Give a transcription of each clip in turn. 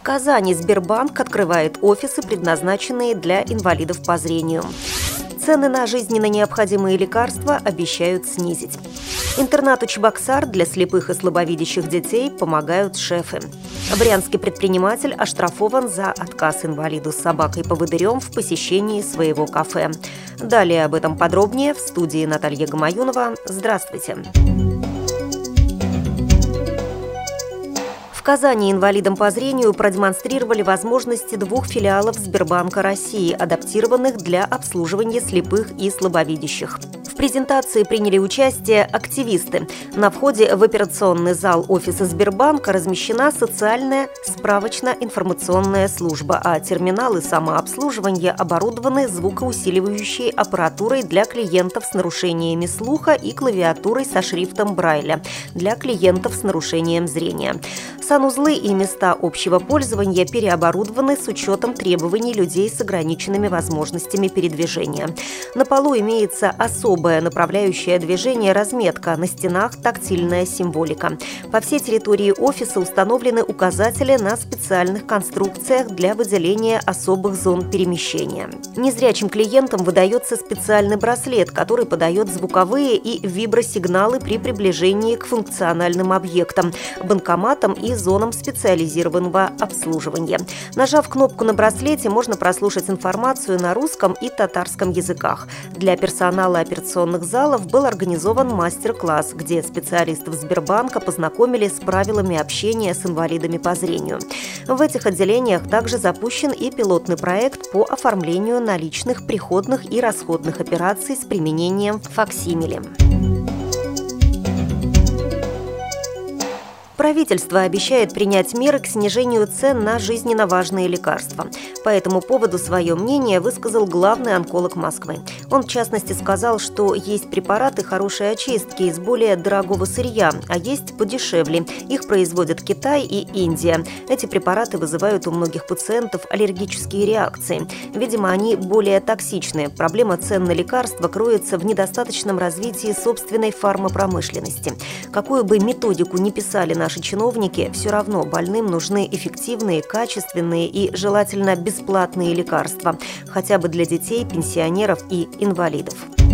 Казани Сбербанк открывает офисы, предназначенные для инвалидов по зрению. Цены на жизненно необходимые лекарства обещают снизить. Интернату Чебоксар для слепых и слабовидящих детей помогают шефы. Брянский предприниматель оштрафован за отказ инвалиду с собакой-поводырем в посещении своего кафе. Далее об этом подробнее в студии Наталья Гамаюнова. Здравствуйте! В Казани инвалидам по зрению продемонстрировали возможности 2 филиалов Сбербанка России, адаптированных для обслуживания слепых и слабовидящих. В презентации приняли участие активисты. На входе в операционный зал офиса Сбербанка размещена социальная справочно-информационная служба, а терминалы самообслуживания оборудованы звукоусиливающей аппаратурой для клиентов с нарушениями слуха и клавиатурой со шрифтом Брайля для клиентов с нарушением зрения. Санузлы и места общего пользования переоборудованы с учетом требований людей с ограниченными возможностями передвижения. На полу имеется особая направляющая движение разметка, на стенах тактильная символика. По всей территории офиса установлены указатели на специальных конструкциях для выделения особых зон перемещения. Незрячим клиентам выдается специальный браслет, который подает звуковые и вибросигналы при приближении к функциональным объектам, банкоматам и зонам специализированного обслуживания. Нажав кнопку на браслете, можно прослушать информацию на русском и татарском языках. Для персонала операционных залов был организован мастер-класс, где специалистов Сбербанка познакомили с правилами общения с инвалидами по зрению. В этих отделениях также запущен и пилотный проект по оформлению наличных, приходных и расходных операций с применением факсимиле. Правительство обещает принять меры к снижению цен на жизненно важные лекарства. По этому поводу свое мнение высказал главный онколог Москвы. Он, в частности, сказал, что есть препараты хорошей очистки из более дорогого сырья, а есть подешевле. Их производят Китай и Индия. Эти препараты вызывают у многих пациентов аллергические реакции. Видимо, они более токсичны. Проблема цен на лекарства кроется в недостаточном развитии собственной фармапромышленности. Какую бы методику ни писали наши чиновники, все равно больным нужны эффективные, качественные и, желательно, бесплатные лекарства, хотя бы для детей, пенсионеров и инвалидов.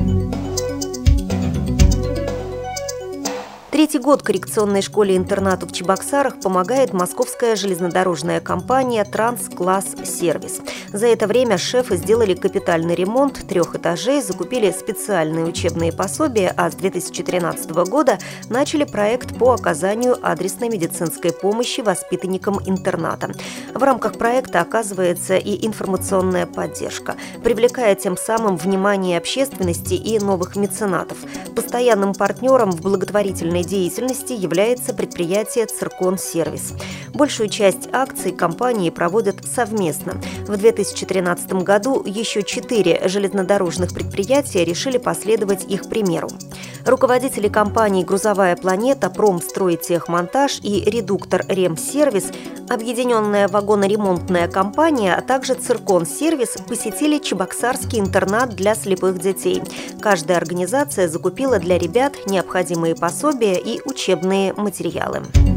Третий год коррекционной школе-интернату в Чебоксарах помогает московская железнодорожная компания «Транскласс-сервис». За это время шефы сделали капитальный ремонт 3 этажей, закупили специальные учебные пособия, а с 2013 года начали проект по оказанию адресной медицинской помощи воспитанникам интерната. В рамках проекта оказывается и информационная поддержка, привлекая тем самым внимание общественности и новых меценатов. Постоянным партнером в благотворительной деятельности является предприятие «Циркон-сервис». Большую часть акций компании проводят совместно. В 2013 году еще 4 железнодорожных предприятия решили последовать их примеру. Руководители компаний «Грузовая планета», «Промстройтехмонтаж» и «Редуктор Ремсервис», объединенная вагоноремонтная компания, а также «Циркон-сервис» посетили Чебоксарский интернат для слепых детей. Каждая организация закупила для ребят необходимые пособия и учебные материалы.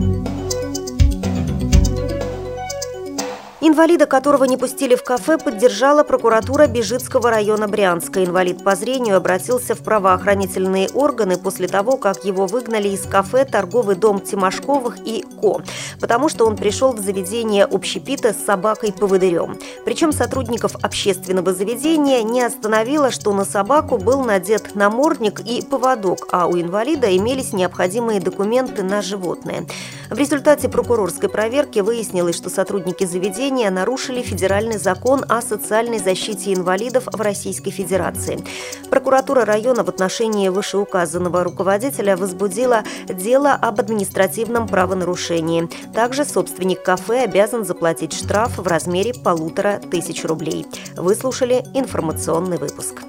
Инвалида, которого не пустили в кафе, поддержала прокуратура Бежецкого района Брянска. Инвалид по зрению обратился в правоохранительные органы после того, как его выгнали из кафе торговый дом Тимошковых и Ко, потому что он пришел в заведение общепита с собакой-поводырем. Причем сотрудников общественного заведения не остановило, что на собаку был надет намордник и поводок, а у инвалида имелись необходимые документы на животное. В результате прокурорской проверки выяснилось, что сотрудники заведения нарушили федеральный закон о социальной защите инвалидов в Российской Федерации. Прокуратура района в отношении вышеуказанного руководителя возбудила дело об административном правонарушении. Также собственник кафе обязан заплатить штраф в размере 1500 рублей. Вы слушали информационный выпуск.